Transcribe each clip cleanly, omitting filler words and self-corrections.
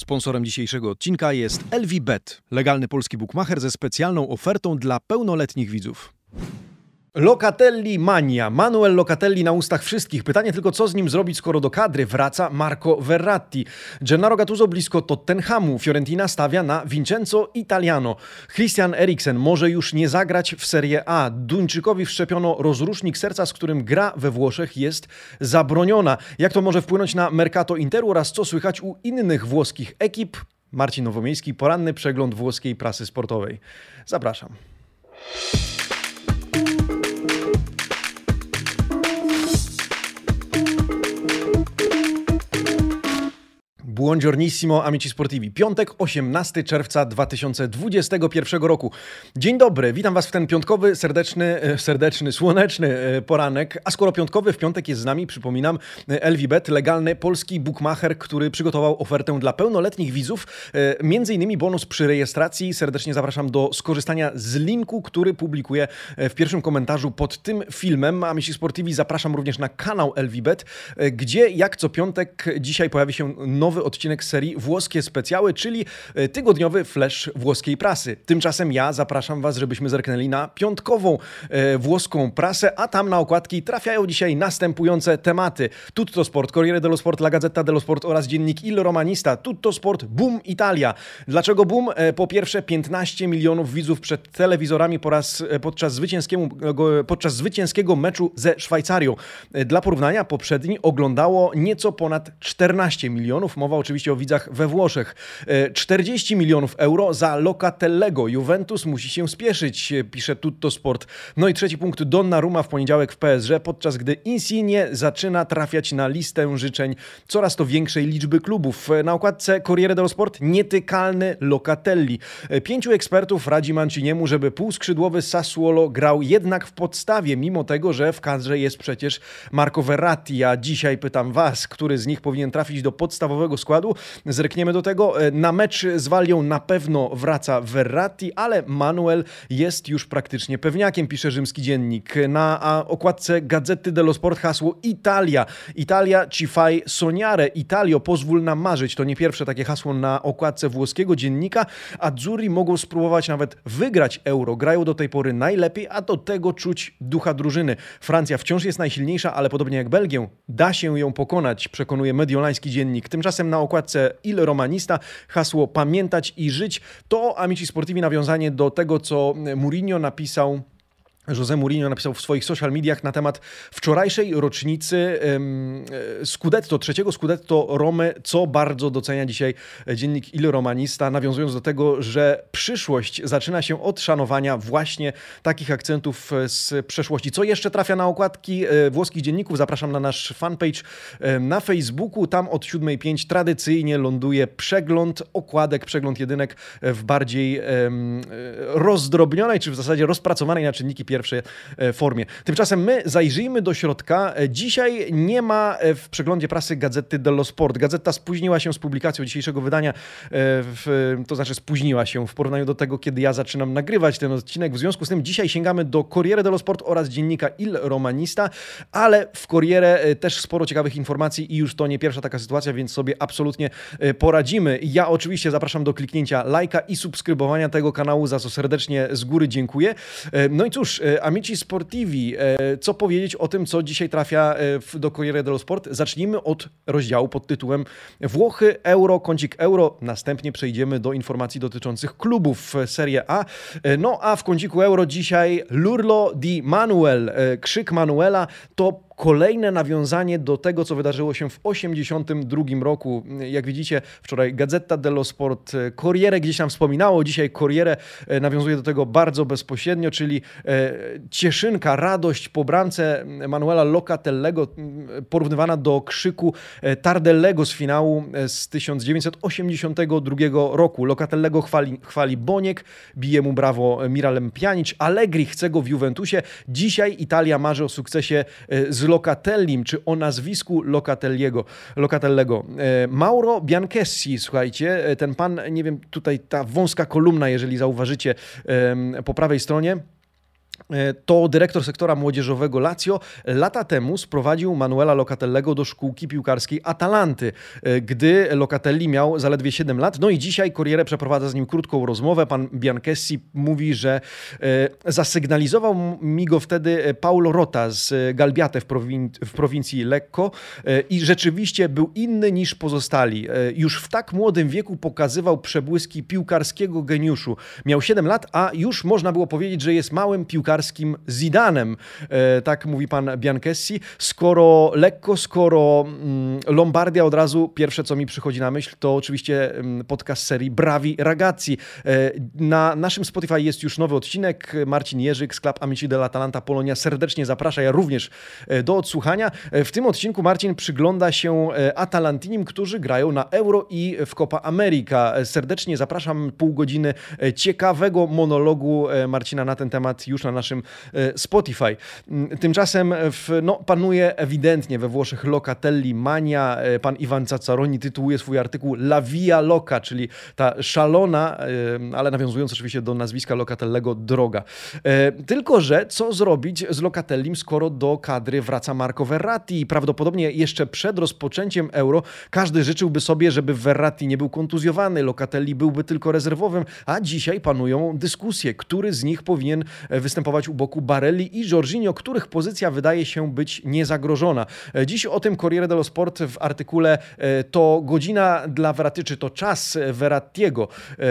Sponsorem dzisiejszego odcinka jest LVBet, legalny polski bookmacher ze specjalną ofertą dla pełnoletnich widzów. Locatelli mania. Manuel Locatelli na ustach wszystkich. Pytanie tylko, co z nim zrobić, skoro do kadry wraca Marco Verratti. Gennaro Gattuso blisko Tottenhamu. Fiorentina stawia na Vincenzo Italiano. Christian Eriksen może już nie zagrać w Serie A. Duńczykowi wszczepiono rozrusznik serca, z którym gra we Włoszech jest zabroniona. Jak to może wpłynąć na Mercato Interu oraz co słychać u innych włoskich ekip? Marcin Nowomiejski, poranny przegląd włoskiej prasy sportowej. Zapraszam. Buongiornissimo, amici sportivi. Piątek, 18 czerwca 2021 roku. Dzień dobry, witam Was w ten piątkowy, serdeczny, słoneczny poranek. A skoro piątkowy, w piątek jest z nami, przypominam, LVBet, legalny polski bookmacher, który przygotował ofertę dla pełnoletnich widzów. Między innymi bonus przy rejestracji. Serdecznie zapraszam do skorzystania z linku, który publikuję w pierwszym komentarzu pod tym filmem. Amici sportivi, zapraszam również na kanał LVBet, gdzie jak co piątek dzisiaj pojawi się nowy odcinek serii Włoskie Specjały, czyli tygodniowy flash włoskiej prasy. Tymczasem ja zapraszam Was, żebyśmy zerknęli na piątkową włoską prasę, a tam na okładki trafiają dzisiaj następujące tematy. Tutto Sport, Corriere dello Sport, La Gazzetta dello Sport oraz dziennik Il Romanista. Tutto Sport, boom Italia. Dlaczego boom? Po pierwsze 15 milionów widzów przed telewizorami podczas zwycięskiego meczu ze Szwajcarią. Dla porównania poprzedni oglądało nieco ponad 14 milionów. Mowa oczywiście o widzach we Włoszech. 40 milionów euro za Locatellego. Juventus musi się spieszyć, pisze Tutto Sport. No i trzeci punkt, Donnarumma w poniedziałek w PSG, podczas gdy Insigne zaczyna trafiać na listę życzeń coraz to większej liczby klubów. Na okładce Corriere dello Sport nietykalny Locatelli. 5 ekspertów radzi Manciniemu, żeby półskrzydłowy Sassuolo grał jednak w podstawie, mimo tego, że w kadrze jest przecież Marco Verratti. Ja dzisiaj pytam Was, który z nich powinien trafić do podstawowego składu. Zerkniemy do tego. Na mecz z Wallią na pewno wraca Verratti, ale Manuel jest już praktycznie pewniakiem, pisze rzymski dziennik. Na okładce Gazzety dello Sport hasło Italia. Italia ci fai sognare. Italio, pozwól nam marzyć. To nie pierwsze takie hasło na okładce włoskiego dziennika. Azzurri mogą spróbować nawet wygrać Euro. Grają do tej pory najlepiej, a do tego czuć ducha drużyny. Francja wciąż jest najsilniejsza, ale podobnie jak Belgię, da się ją pokonać, przekonuje mediolański dziennik. Tymczasem na okładce Il Romanista hasło pamiętać i żyć. To, amici sportivi, nawiązanie do tego, co José Mourinho napisał w swoich social mediach na temat wczorajszej rocznicy trzeciego Scudetto Romy, co bardzo docenia dzisiaj dziennik Il Romanista, nawiązując do tego, że przyszłość zaczyna się od szanowania właśnie takich akcentów z przeszłości. Co jeszcze trafia na okładki włoskich dzienników? Zapraszam na nasz fanpage na Facebooku. Tam od 7:05 tradycyjnie ląduje przegląd okładek, przegląd jedynek w bardziej rozdrobnionej, czy w zasadzie rozpracowanej na czynniki pierwszej formie. Tymczasem my zajrzyjmy do środka. Dzisiaj nie ma w przeglądzie prasy Gazzety dello Sport. Gazeta spóźniła się z publikacją dzisiejszego wydania, to znaczy spóźniła się w porównaniu do tego, kiedy ja zaczynam nagrywać ten odcinek. W związku z tym dzisiaj sięgamy do Corriere dello Sport oraz dziennika Il Romanista, ale w Corriere też sporo ciekawych informacji i już to nie pierwsza taka sytuacja, więc sobie absolutnie poradzimy. Ja oczywiście zapraszam do kliknięcia lajka i subskrybowania tego kanału, za co serdecznie z góry dziękuję. No i cóż, amici sportivi, co powiedzieć o tym, co dzisiaj trafia do Corriere dello Sport? Zacznijmy od rozdziału pod tytułem Włochy, Euro, kącik Euro. Następnie przejdziemy do informacji dotyczących klubów Serie A. No a w kąciku Euro dzisiaj l'urlo di Manuel, krzyk Manuela, to kolejne nawiązanie do tego, co wydarzyło się w 1982 roku. Jak widzicie, wczoraj Gazzetta dello Sport, Corriere gdzieś tam wspominało, dzisiaj Corriere nawiązuje do tego bardzo bezpośrednio, czyli cieszynka, radość po bramce Manuela Locatellego porównywana do krzyku Tardellego z finału z 1982 roku. Locatellego chwali Boniek, bije mu brawo Miralem Pjanic, Allegri chce go w Juventusie. Dzisiaj Italia marzy o sukcesie z Locatellim, czy o nazwisku Locatellego. Mauro Bianchessi, słuchajcie, ten pan, nie wiem, tutaj ta wąska kolumna, jeżeli zauważycie po prawej stronie, to dyrektor sektora młodzieżowego Lazio lata temu sprowadził Manuela Locatellego do szkółki piłkarskiej Atalanty, gdy Locatelli miał zaledwie 7 lat. No i dzisiaj Corriere przeprowadza z nim krótką rozmowę. Pan Biancchessi mówi, że zasygnalizował mi go wtedy Paulo Rota z Galbiate w prowincji Lecco i rzeczywiście był inny niż pozostali. Już w tak młodym wieku pokazywał przebłyski piłkarskiego geniuszu. Miał 7 lat, a już można było powiedzieć, że jest małym piłkarskim Zidanem. Tak mówi pan Biancchessi. Skoro Lecco, skoro Lombardia, od razu pierwsze, co mi przychodzi na myśl, to oczywiście podcast serii Bravi Ragazzi. Na naszym Spotify jest już nowy odcinek. Marcin Jerzyk z Club Amici dell'Atalanta Polonia serdecznie zaprasza, ja również, do odsłuchania. W tym odcinku Marcin przygląda się Atalantinim, którzy grają na Euro i w Copa America. Serdecznie zapraszam, pół godziny ciekawego monologu Marcina na ten temat już na naszym Spotify. Tymczasem panuje ewidentnie we Włoszech Locatelli mania. Pan Iwan Zaccaroni tytułuje swój artykuł La Via Loca, czyli ta szalona, ale nawiązując oczywiście do nazwiska Locatellego, droga. Tylko że co zrobić z Locatellim, skoro do kadry wraca Marco Verratti i prawdopodobnie jeszcze przed rozpoczęciem Euro każdy życzyłby sobie, żeby Verratti nie był kontuzjowany, Locatelli byłby tylko rezerwowym, a dzisiaj panują dyskusje, który z nich powinien występować u boku Barelli i Jorginho, których pozycja wydaje się być niezagrożona. Dziś o tym Corriere dello Sport w artykule to godzina dla Verratti, czy to czas Verrattiego.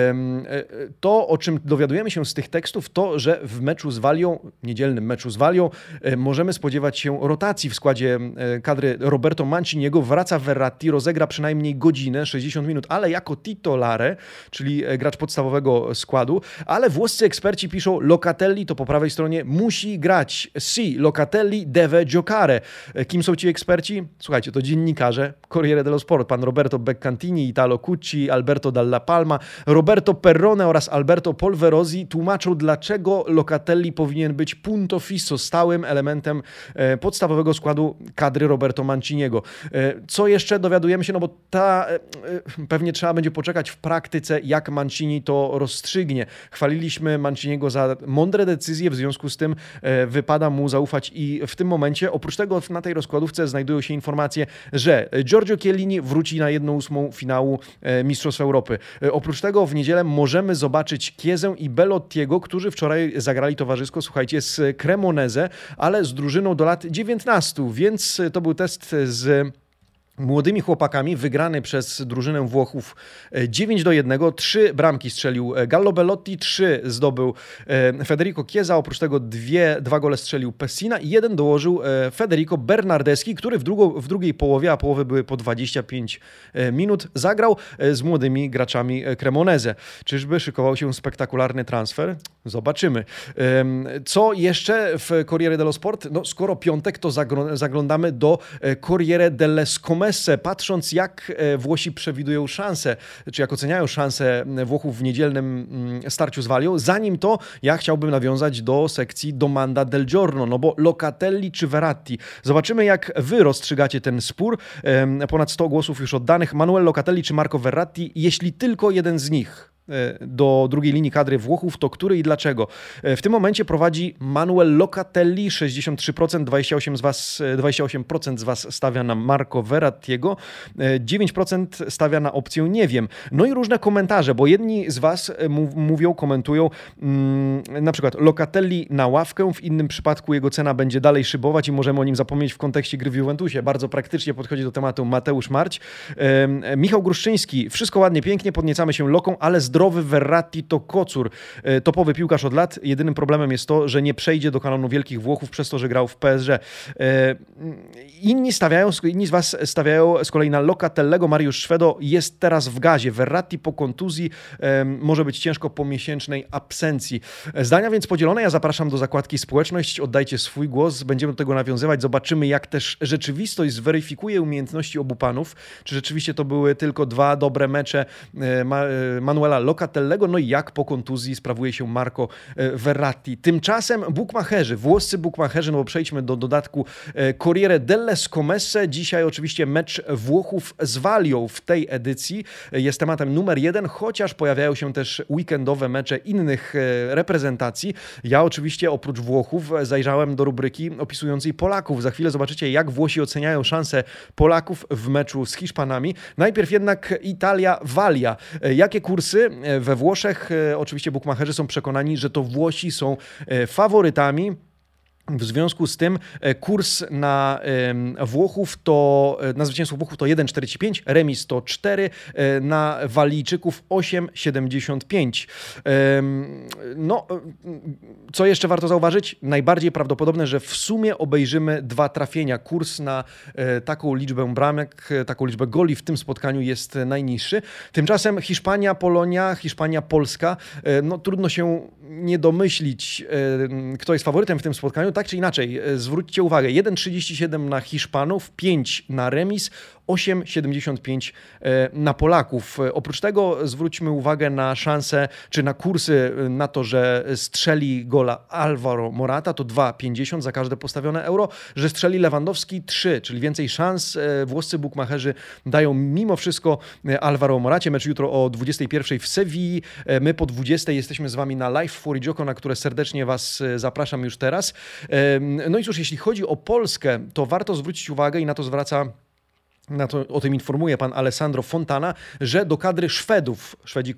To, o czym dowiadujemy się z tych tekstów, to, że w meczu z Walią, niedzielnym meczu z Walią, możemy spodziewać się rotacji w składzie kadry Roberto Manciniego. Wraca Verratti, rozegra przynajmniej godzinę, 60 minut, ale jako titolare, czyli gracz podstawowego składu, ale włoscy eksperci piszą, Locatelli to po prawej stronie musi grać. Si, Locatelli deve giocare. Kim są ci eksperci? Słuchajcie, to dziennikarze Corriere dello Sport. Pan Roberto Beccantini, Italo Cucci, Alberto Dalla Palma, Roberto Perrone oraz Alberto Polverosi tłumaczą, dlaczego Locatelli powinien być punto fisso, stałym elementem podstawowego składu kadry Roberto Manciniego. Co jeszcze dowiadujemy się? No bo pewnie trzeba będzie poczekać w praktyce, jak Mancini to rozstrzygnie. Chwaliliśmy Manciniego za mądre decyzje, w związku z tym wypada mu zaufać i w tym momencie, oprócz tego na tej rozkładówce znajdują się informacje, że Giorgio Chiellini wróci na 1/8 finału Mistrzostw Europy. Oprócz tego w niedzielę możemy zobaczyć Chiesę i Belottiego, którzy wczoraj zagrali towarzysko, słuchajcie, z Cremonese, ale z drużyną do lat 19, więc to był test z młodymi chłopakami, wygrany przez drużynę Włochów 9-1. 3 bramki strzelił Gallo Belotti, 3 zdobył Federico Chiesa, oprócz tego 2 gole strzelił Pessina i 1 dołożył Federico Bernardeschi, który w drugiej połowie, a połowy były po 25 minut, zagrał z młodymi graczami Cremonese. Czyżby szykował się spektakularny transfer? Zobaczymy. Co jeszcze w Corriere dello Sport? No, skoro piątek, to zaglądamy do Corriere delle Scommesse, patrząc jak Włosi przewidują szanse, czy jak oceniają szanse Włochów w niedzielnym starciu z Walią. Zanim to, ja chciałbym nawiązać do sekcji Domanda del Giorno, no bo Locatelli czy Verratti. Zobaczymy, jak wy rozstrzygacie ten spór. Ponad 100 głosów już oddanych. Manuel Locatelli czy Marco Verratti? Jeśli tylko jeden z nich do drugiej linii kadry Włochów, to który i dlaczego? W tym momencie prowadzi Manuel Locatelli, 63%, 28% z was stawia na Marco Verrattiego, 9% stawia na opcję nie wiem. No i różne komentarze, bo jedni z was komentują na przykład Locatelli na ławkę, w innym przypadku jego cena będzie dalej szybować i możemy o nim zapomnieć w kontekście gry w Juventusie. Bardzo praktycznie podchodzi do tematu Mateusz Marć. Michał Gruszczyński, wszystko ładnie, pięknie, podniecamy się Loką, ale zdrowy Verratti to kocur. Topowy piłkarz od lat. Jedynym problemem jest to, że nie przejdzie do kanonu wielkich Włochów przez to, że grał w PSG. Inni z was stawiają z kolei na Locatellego. Mariusz Szwedo jest teraz w gazie. Verratti po kontuzji może być ciężko po miesięcznej absencji. Zdania więc podzielone. Ja zapraszam do zakładki społeczność. Oddajcie swój głos. Będziemy do tego nawiązywać. Zobaczymy, jak też rzeczywistość zweryfikuje umiejętności obu panów. Czy rzeczywiście to były tylko 2 dobre mecze Manuela Locatellego, no i jak po kontuzji sprawuje się Marco Verratti. Tymczasem bukmacherzy, włoscy bukmacherzy, no bo przejdźmy do dodatku Corriere delle Scommesse. Dzisiaj oczywiście mecz Włochów z Walią w tej edycji jest tematem numer 1, chociaż pojawiają się też weekendowe mecze innych reprezentacji. Ja oczywiście oprócz Włochów zajrzałem do rubryki opisującej Polaków. Za chwilę zobaczycie, jak Włosi oceniają szanse Polaków w meczu z Hiszpanami. Najpierw jednak Italia-Walia. Jakie kursy we Włoszech? Oczywiście bukmacherzy są przekonani, że to Włosi są faworytami. W związku z tym kurs na Włochów na zwycięstwo Włochów to 1,45, remis to 4, na Walijczyków 8,75. No, co jeszcze warto zauważyć? Najbardziej prawdopodobne, że w sumie obejrzymy 2 trafienia. Kurs na taką liczbę bramek, taką liczbę goli w tym spotkaniu jest najniższy. Tymczasem Hiszpania-Polonia, Hiszpania-Polska, no trudno się nie domyślić, kto jest faworytem w tym spotkaniu. Tak czy inaczej, zwróćcie uwagę, 1,37 na Hiszpanów, 5 na remis, 8,75 na Polaków. Oprócz tego zwróćmy uwagę na szanse, czy na kursy na to, że strzeli gola Alvaro Morata, to 2,50 za każde postawione euro, że strzeli Lewandowski 3, czyli więcej szans. Włoscy bukmacherzy dają mimo wszystko Alvaro Moracie. Mecz jutro o 21 w Sewilli. My po 20 jesteśmy z wami na live Fuorigioko, na które serdecznie was zapraszam już teraz. No i cóż, jeśli chodzi o Polskę, to warto zwrócić uwagę i na to zwraca o tym informuje pan Alessandro Fontana, że do kadry Szwedów, Szwedzi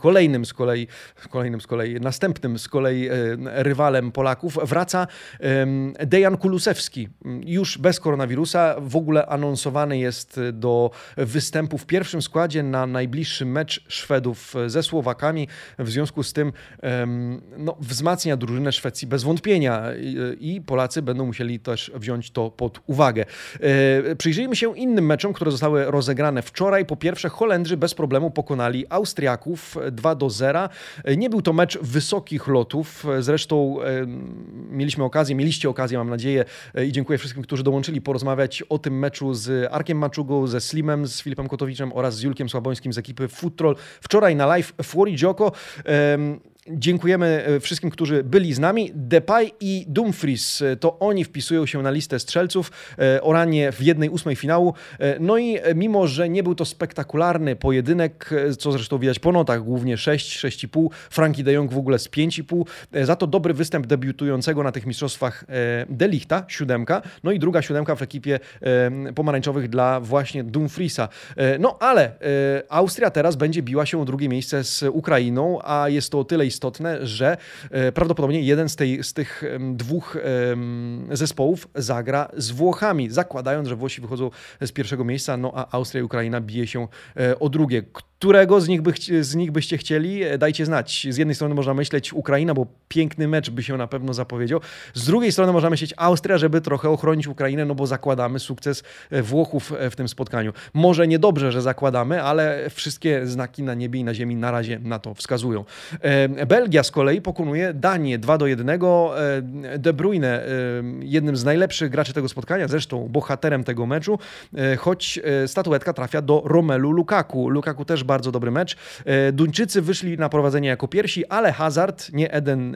następnym z kolei rywalem Polaków, wraca Dejan Kulusewski. Już bez koronawirusa, w ogóle anonsowany jest do występu w pierwszym składzie na najbliższy mecz Szwedów ze Słowakami. W związku z tym wzmacnia drużynę Szwecji bez wątpienia i Polacy będą musieli też wziąć to pod uwagę. Przyjrzyjmy się innym meczom, które zostały rozegrane wczoraj. Po pierwsze, Holendrzy bez problemu pokonali Austriaków 2-0. Nie był to mecz wysokich lotów. Zresztą mieliście okazję, mam nadzieję, i dziękuję wszystkim, którzy dołączyli, porozmawiać o tym meczu z Arkiem Maczugą, ze Slimem, z Filipem Kotowiczem oraz z Julkiem Słabońskim z ekipy Foottroll. Wczoraj na live Fuorigioko. Dziękujemy wszystkim, którzy byli z nami. Depay i Dumfries, to oni wpisują się na listę strzelców Oranie w 1/8 finału. No i mimo, że nie był to spektakularny pojedynek, co zresztą widać po notach, głównie 6, 6,5, Frankie de Jong w ogóle z 5,5, za to dobry występ debiutującego na tych mistrzostwach De Lichta, 7, no i druga 7 w ekipie pomarańczowych dla właśnie Dumfriesa. No ale Austria teraz będzie biła się o drugie miejsce z Ukrainą, a jest to o tyle istotne, że prawdopodobnie jeden z tych 2 zespołów zagra z Włochami, zakładając, że Włosi wychodzą z pierwszego miejsca, no a Austria i Ukraina bije się o drugie. Którego z nich byście chcieli? Dajcie znać. Z jednej strony można myśleć Ukraina, bo piękny mecz by się na pewno zapowiedział. Z drugiej strony można myśleć Austria, żeby trochę ochronić Ukrainę, no bo zakładamy sukces Włochów w tym spotkaniu. Może niedobrze, że zakładamy, ale wszystkie znaki na niebie i na ziemi na razie na to wskazują. Belgia z kolei pokonuje Danię 2-1. De Bruyne, jednym z najlepszych graczy tego spotkania, zresztą bohaterem tego meczu, choć statuetka trafia do Romelu Lukaku. Lukaku też bardzo dobry mecz. Duńczycy wyszli na prowadzenie jako pierwsi, ale Hazard, nie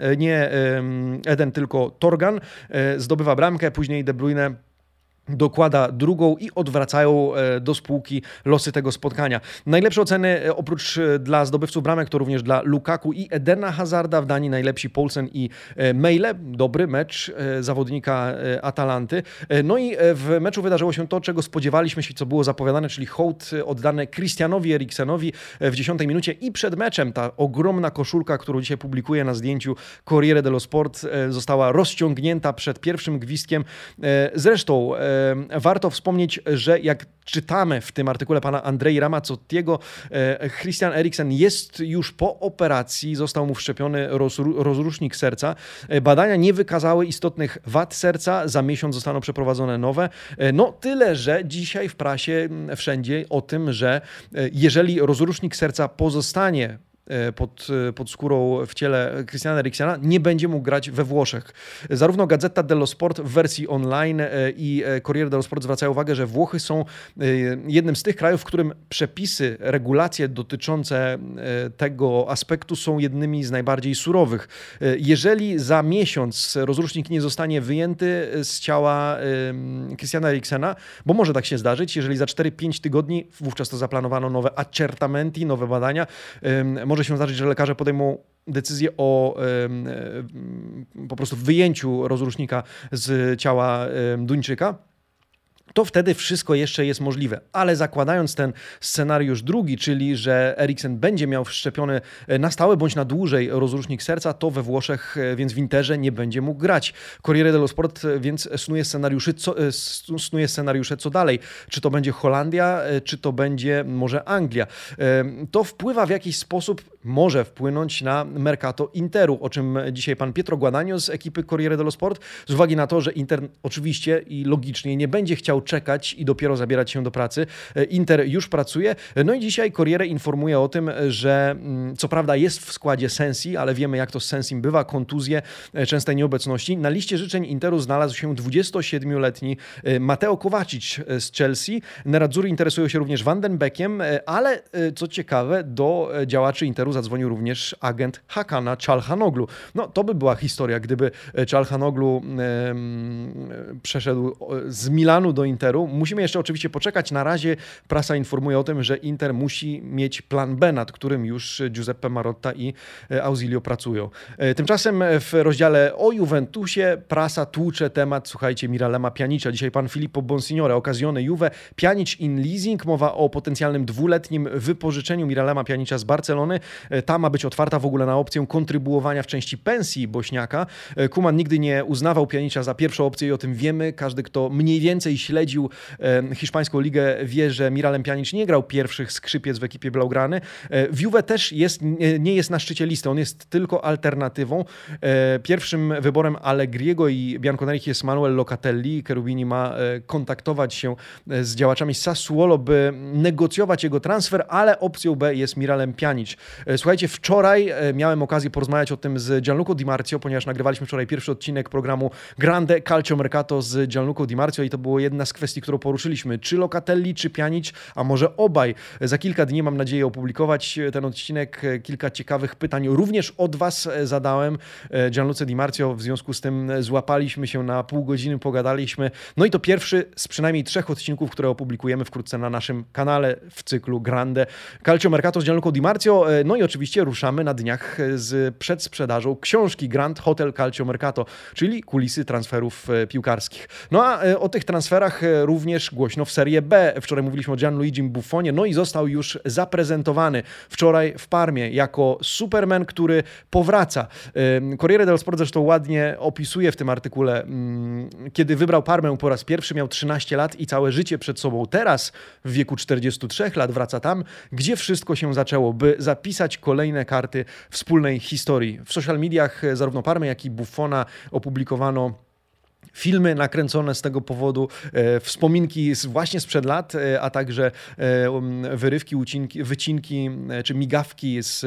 Eden, tylko Torgan zdobywa bramkę, później De Bruyne dokłada drugą i odwracają do spółki losy tego spotkania. Najlepsze oceny oprócz dla zdobywców bramek to również dla Lukaku i Edena Hazarda. W Danii najlepsi Poulsen i Meile. Dobry mecz zawodnika Atalanty. No i w meczu wydarzyło się to, czego spodziewaliśmy się, co było zapowiadane, czyli hołd oddany Christianowi Eriksenowi w 10 minucie i przed meczem ta ogromna koszulka, którą dzisiaj publikuję na zdjęciu Corriere dello Sport, została rozciągnięta przed pierwszym gwizdkiem. Zresztą warto wspomnieć, że jak czytamy w tym artykule pana Andrei Ramazzottiego, Christian Eriksen jest już po operacji, został mu wszczepiony rozrusznik serca. Badania nie wykazały istotnych wad serca, za miesiąc zostaną przeprowadzone nowe. No tyle, że dzisiaj w prasie wszędzie o tym, że jeżeli rozrusznik serca pozostanie pod skórą w ciele Christiana Eriksena, nie będzie mógł grać we Włoszech. Zarówno Gazzetta dello Sport w wersji online i Corriere dello Sport zwracają uwagę, że Włochy są jednym z tych krajów, w którym przepisy, regulacje dotyczące tego aspektu są jednymi z najbardziej surowych. Jeżeli za miesiąc rozrusznik nie zostanie wyjęty z ciała Christiana Eriksena, bo może tak się zdarzyć, jeżeli za 4-5 tygodni, wówczas to zaplanowano nowe accertamenti, nowe badania, może się zdarzyć, że lekarze podejmą decyzję o po prostu wyjęciu rozrusznika z ciała Duńczyka, to wtedy wszystko jeszcze jest możliwe. Ale zakładając ten scenariusz drugi, czyli że Eriksen będzie miał wszczepiony na stałe bądź na dłużej rozrusznik serca, to we Włoszech, więc w Interze nie będzie mógł grać. Corriere dello Sport więc snuje scenariusze co dalej. Czy to będzie Holandia, czy to będzie może Anglia. To wpływa w jakiś sposób, może wpłynąć na Mercato Interu, o czym dzisiaj pan Pietro Guadagno z ekipy Corriere dello Sport, z uwagi na to, że Inter oczywiście i logicznie nie będzie chciał czekać i dopiero zabierać się do pracy. Inter już pracuje. No i dzisiaj Corriere informuje o tym, że co prawda jest w składzie Sensi, ale wiemy jak to z Sensim bywa, kontuzje, częstej nieobecności. Na liście życzeń Interu znalazł się 27-letni Matteo Kovacic z Chelsea. Nerazzurri interesują się również Van den Beekiem, ale co ciekawe, do działaczy Interu zadzwonił również agent Hakana Çalhanoğlu. No to by była historia, gdyby Çalhanoğlu przeszedł z Milanu do Interu. Musimy jeszcze oczywiście poczekać. Na razie prasa informuje o tym, że Inter musi mieć plan B, nad którym już Giuseppe Marotta i Ausilio pracują. Tymczasem w rozdziale o Juventusie prasa tłucze temat, słuchajcie, Miralema Pjanicza. Dzisiaj pan Filippo Bonsignore, Occasione Juve, Pjanic in leasing. Mowa o potencjalnym 2-letnim wypożyczeniu Miralema Pjanicza z Barcelony. Ta ma być otwarta w ogóle na opcję kontrybuowania w części pensji Bośniaka. Koeman nigdy nie uznawał Pjanicza za pierwszą opcję i o tym wiemy. Każdy, kto mniej więcej śledził hiszpańską ligę, wie, że Miralem Pjanic nie grał pierwszych skrzypiec w ekipie Blaugrany. W Juve też nie jest na szczycie listy, on jest tylko alternatywą. Pierwszym wyborem Allegriego i Bianconeri jest Manuel Locatelli. Cherubini ma kontaktować się z działaczami Sassuolo, by negocjować jego transfer, ale opcją B jest Miralem Pjanic. Słuchajcie, wczoraj miałem okazję porozmawiać o tym z Gianluco Di Marzio, ponieważ nagrywaliśmy wczoraj pierwszy odcinek programu Grande Calcio Mercato z Gianluco Di Marzio i to było jedna z kwestii, którą poruszyliśmy. Czy Locatelli, czy Pjanic, a może obaj. Za kilka dni mam nadzieję opublikować ten odcinek. Kilka ciekawych pytań również od was zadałem Gianluce Di Marzio. W związku z tym złapaliśmy się na pół godziny, pogadaliśmy. No i to pierwszy z przynajmniej 3 odcinków, które opublikujemy wkrótce na naszym kanale w cyklu Grande Calcio Mercato z Gianluco Di Marzio. No i oczywiście ruszamy na dniach z przedsprzedażą książki Grand Hotel Calcio Mercato, czyli kulisy transferów piłkarskich. No a o tych transferach również głośno w Serie B. Wczoraj mówiliśmy o Gianluigi Buffonie, no i został już zaprezentowany wczoraj w Parmie jako Superman, który powraca. Corriere dello Sport zresztą ładnie opisuje w tym artykule, kiedy wybrał Parmę po raz pierwszy, miał 13 lat i całe życie przed sobą. Teraz w wieku 43 lat wraca tam, gdzie wszystko się zaczęło, by zapisać kolejne karty wspólnej historii. W social mediach zarówno Parmy, jak i Buffona opublikowano filmy nakręcone z tego powodu, wspominki właśnie sprzed lat, a także wyrywki, wycinki czy migawki z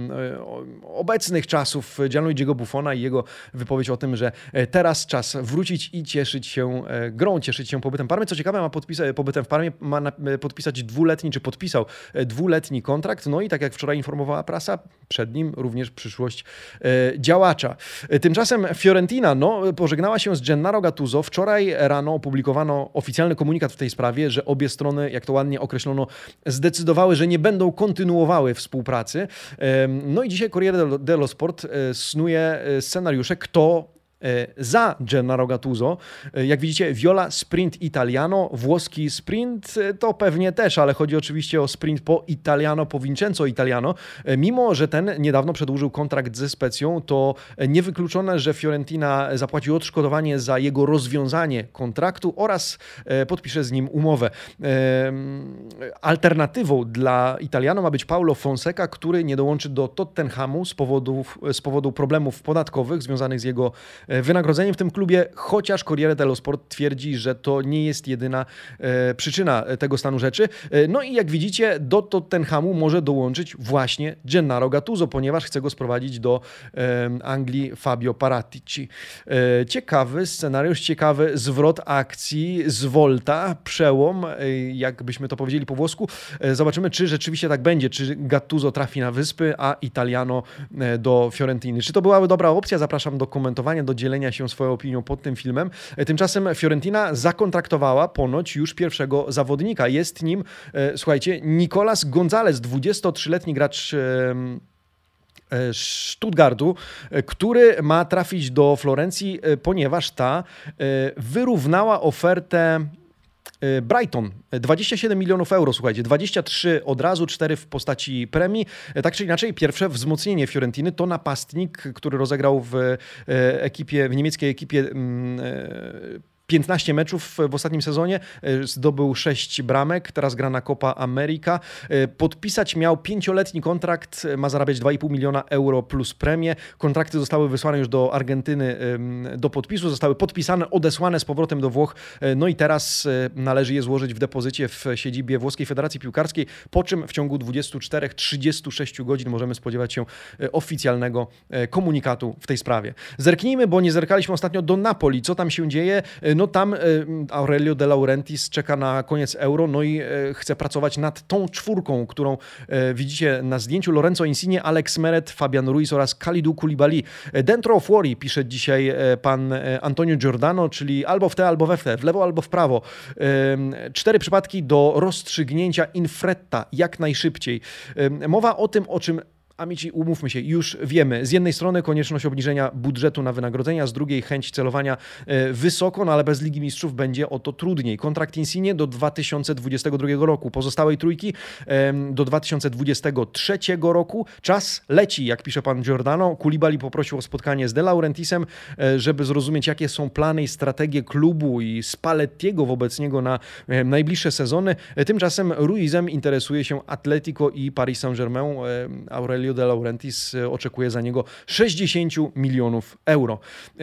obecnych czasów Gianluigiego Buffona i jego wypowiedź o tym, że teraz czas wrócić i cieszyć się grą, cieszyć się pobytem Parmy. Co ciekawe, pobytem w Parmie ma podpisać 2-letni, czy podpisał 2-letni kontrakt, no i tak jak wczoraj informowała prasa, przed nim również przyszłość działacza. Tymczasem Fiorentina pożegnała się z Gennaro Gattuso. Wczoraj rano opublikowano oficjalny komunikat w tej sprawie, że obie strony, jak to ładnie określono, zdecydowały, że nie będą kontynuowały współpracy. No i dzisiaj Corriere dello Sport snuje scenariusze, kto za Gennaro Gattuso. Jak widzicie, Viola Sprint Italiano, włoski sprint to pewnie też, ale chodzi oczywiście o sprint po Italiano, po Vincenzo Italiano. Mimo że ten niedawno przedłużył kontrakt ze Specją, to niewykluczone, że Fiorentina zapłaci odszkodowanie za jego rozwiązanie kontraktu oraz podpisze z nim umowę. Alternatywą dla Italiano ma być Paulo Fonseca, który nie dołączy do Tottenhamu z powodu problemów podatkowych związanych z jego wynagrodzeniem w tym klubie, chociaż Corriere dello Sport twierdzi, że to nie jest jedyna przyczyna tego stanu rzeczy. No i jak widzicie, do Tottenhamu może dołączyć właśnie Gennaro Gattuso, ponieważ chce go sprowadzić do Anglii Fabio Paratici. Ciekawy scenariusz, ciekawy zwrot akcji z Volta, przełom, jakbyśmy to powiedzieli po włosku. Zobaczymy, czy rzeczywiście tak będzie, czy Gattuso trafi na Wyspy, a Italiano do Fiorentiny. Czy to byłaby dobra opcja? Zapraszam do komentowania, do dzielenia się swoją opinią pod tym filmem. Tymczasem Fiorentina zakontraktowała ponoć już pierwszego zawodnika. Jest nim, słuchajcie, Nicolas Gonzalez, 23-letni gracz Stuttgartu, który ma trafić do Florencji, ponieważ ta wyrównała ofertę Brighton. 27 milionów euro, słuchajcie, 23 od razu, 4 w postaci premii. Tak czy inaczej, pierwsze wzmocnienie Fiorentiny to napastnik, który rozegrał w niemieckiej ekipie 15 meczów w ostatnim sezonie, zdobył 6 bramek, teraz gra na Copa America. Podpisać miał 5-letni kontrakt, ma zarabiać 2,5 miliona euro plus premię. Kontrakty zostały wysłane już do Argentyny do podpisu, zostały podpisane, odesłane z powrotem do Włoch, no i teraz należy je złożyć w depozycie w siedzibie Włoskiej Federacji Piłkarskiej, po czym w ciągu 24-36 godzin możemy spodziewać się oficjalnego komunikatu w tej sprawie. Zerknijmy, bo nie zerkaliśmy ostatnio do Napoli. Co tam się dzieje? No tam Aurelio De Laurentiis czeka na koniec Euro, no i chce pracować nad tą czwórką, którą widzicie na zdjęciu. Lorenzo Insigne, Alex Meret, Fabian Ruiz oraz Kalidou Koulibaly. Dentro fuori, pisze dzisiaj pan Antonio Giordano, czyli albo w te, albo we w te, w lewo, albo w prawo. 4 przypadki do rozstrzygnięcia in fretta, jak najszybciej. Mowa o tym, o czym amici, umówmy się, już wiemy. Z jednej strony konieczność obniżenia budżetu na wynagrodzenia, z drugiej chęć celowania wysoko, no ale bez Ligi Mistrzów będzie o to trudniej. Kontrakt Insigne do 2022 roku, pozostałej trójki do 2023 roku. Czas leci, jak pisze pan Giordano. Koulibaly poprosił o spotkanie z De Laurentiisem, żeby zrozumieć, jakie są plany i strategie klubu i Spallettiego wobec niego na najbliższe sezony. Tymczasem Ruizem interesuje się Atletico i Paris Saint-Germain. Aurelio De Laurentiis oczekuje za niego 60 milionów euro.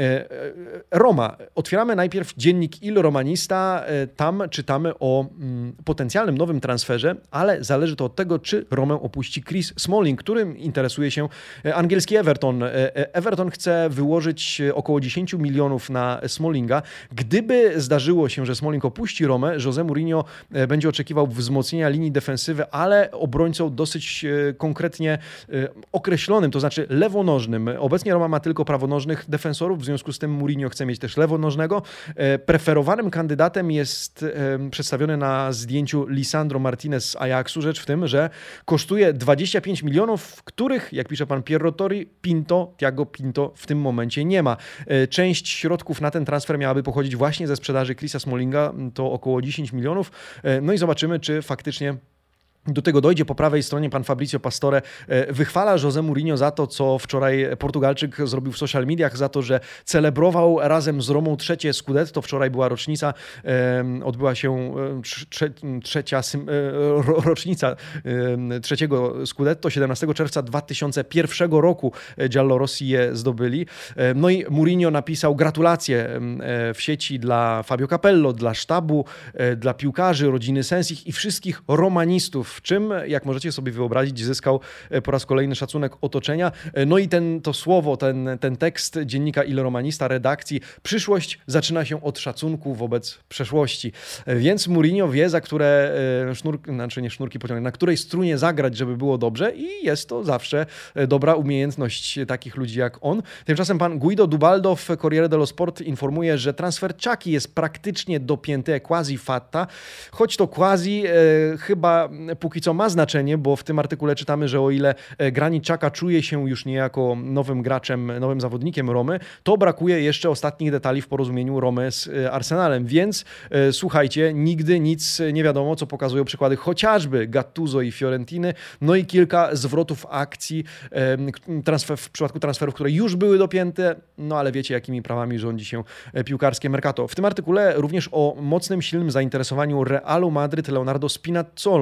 Roma. Otwieramy najpierw dziennik Il Romanista. Tam czytamy o potencjalnym nowym transferze, ale zależy to od tego, czy Romę opuści Chris Smalling, którym interesuje się angielski Everton. Everton chce wyłożyć około 10 milionów na Smallinga. Gdyby zdarzyło się, że Smalling opuści Romę, José Mourinho będzie oczekiwał wzmocnienia linii defensywy, ale obrońcą dosyć konkretnie określonym, to znaczy lewonożnym. Obecnie Roma ma tylko prawonożnych defensorów, w związku z tym Mourinho chce mieć też lewonożnego. Preferowanym kandydatem jest przedstawiony na zdjęciu Lisandro Martinez z Ajaxu. Rzecz w tym, że kosztuje 25 milionów, których, jak pisze pan Piero Tori, Thiago Pinto w tym momencie nie ma. Część środków na ten transfer miałaby pochodzić właśnie ze sprzedaży Chrisa Smallinga, to około 10 milionów. No i zobaczymy, czy faktycznie do tego dojdzie. Po prawej stronie pan Fabrizio Pastore wychwala José Mourinho za to, co wczoraj Portugalczyk zrobił w social mediach, za to, że celebrował razem z Romą trzecie Scudetto. Wczoraj była rocznica, odbyła się trzecia rocznica trzeciego Scudetto. 17 czerwca 2001 roku Giallorossi je zdobyli. No i Mourinho napisał gratulacje w sieci dla Fabio Capello, dla sztabu, dla piłkarzy, rodziny Sensich i wszystkich romanistów, w czym, jak możecie sobie wyobrazić, zyskał po raz kolejny szacunek otoczenia. No i to słowo, ten tekst dziennika Il Romanista, redakcji, przyszłość zaczyna się od szacunku wobec przeszłości. Więc Mourinho wie, za które sznurki pociągnąć, na której strunie zagrać, żeby było dobrze, i jest to zawsze dobra umiejętność takich ludzi jak on. Tymczasem pan Guido Dubaldo w Corriere dello Sport informuje, że transfer Chucky jest praktycznie dopięty, quasi fatta, choć to quasi chyba póki co ma znaczenie, bo w tym artykule czytamy, że o ile Granit Xhaka czuje się już niejako nowym graczem, nowym zawodnikiem Romy, to brakuje jeszcze ostatnich detali w porozumieniu Romy z Arsenalem. Więc słuchajcie, nigdy nic nie wiadomo, co pokazują przykłady chociażby Gattuso i Fiorentiny, no i kilka zwrotów akcji w przypadku transferów, które już były dopięte, no ale wiecie, jakimi prawami rządzi się piłkarskie mercato. W tym artykule również o mocnym, silnym zainteresowaniu Realu Madryt Leonardo Spinazzolą.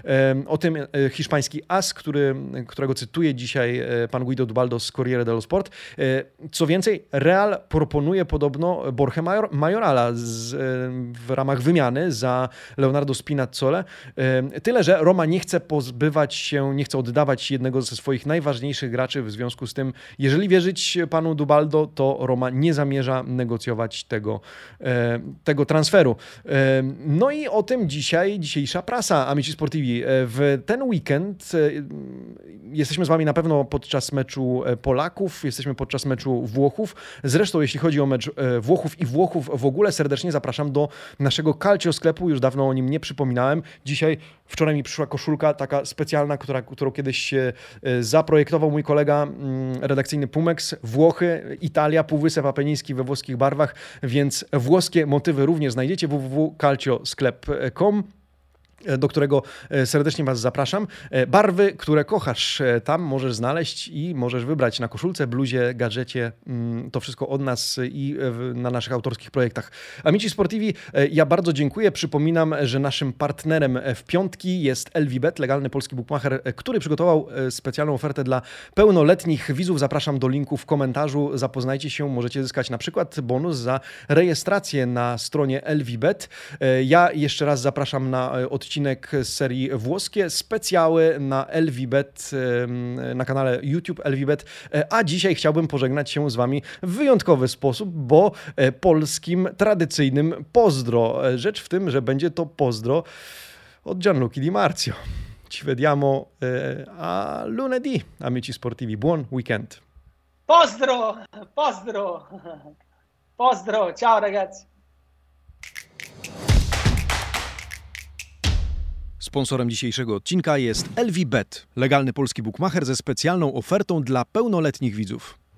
O tym hiszpański as, którego cytuje dzisiaj pan Guido Dubaldo z Corriere dello Sport. Co więcej, Real proponuje podobno Borja Majorala w ramach wymiany za Leonardo Spinazzolę. Tyle, że Roma nie chce nie chce oddawać jednego ze swoich najważniejszych graczy. W związku z tym, jeżeli wierzyć panu Dubaldo, to Roma nie zamierza negocjować tego transferu. No i o tym dzisiejsza prasa Amici Sportivi. W ten weekend jesteśmy z wami na pewno podczas meczu Polaków, jesteśmy podczas meczu Włochów. Zresztą jeśli chodzi o mecz Włochów i Włochów w ogóle, serdecznie zapraszam do naszego Calcio sklepu. Już dawno o nim nie przypominałem. Wczoraj mi przyszła koszulka taka specjalna, którą kiedyś zaprojektował mój kolega redakcyjny Pumex. Włochy, Italia, Półwysep Apeniński we włoskich barwach, więc włoskie motywy również znajdziecie www.calciosklep.com, do którego serdecznie was zapraszam. Barwy, które kochasz, tam możesz znaleźć i możesz wybrać na koszulce, bluzie, gadżecie. To wszystko od nas i na naszych autorskich projektach. Amici Sportivi, ja bardzo dziękuję. Przypominam, że naszym partnerem w piątki jest LVBet, legalny polski bookmacher, który przygotował specjalną ofertę dla pełnoletnich widzów. Zapraszam do linku w komentarzu. Zapoznajcie się, możecie zyskać na przykład bonus za rejestrację na stronie LVBet. Ja jeszcze raz zapraszam na odcinek z serii włoskie, specjały na LVBet, na kanale YouTube LVBet, a dzisiaj chciałbym pożegnać się z wami w wyjątkowy sposób, bo polskim, tradycyjnym pozdro. Rzecz w tym, że będzie to pozdro od Gianluca Di Marzio. Ci vediamo a lunedì, amici sportivi. Buon weekend. Pozdro, pozdro, pozdro, ciao ragazzi. Sponsorem dzisiejszego odcinka jest LVBet, legalny polski bookmacher ze specjalną ofertą dla pełnoletnich widzów.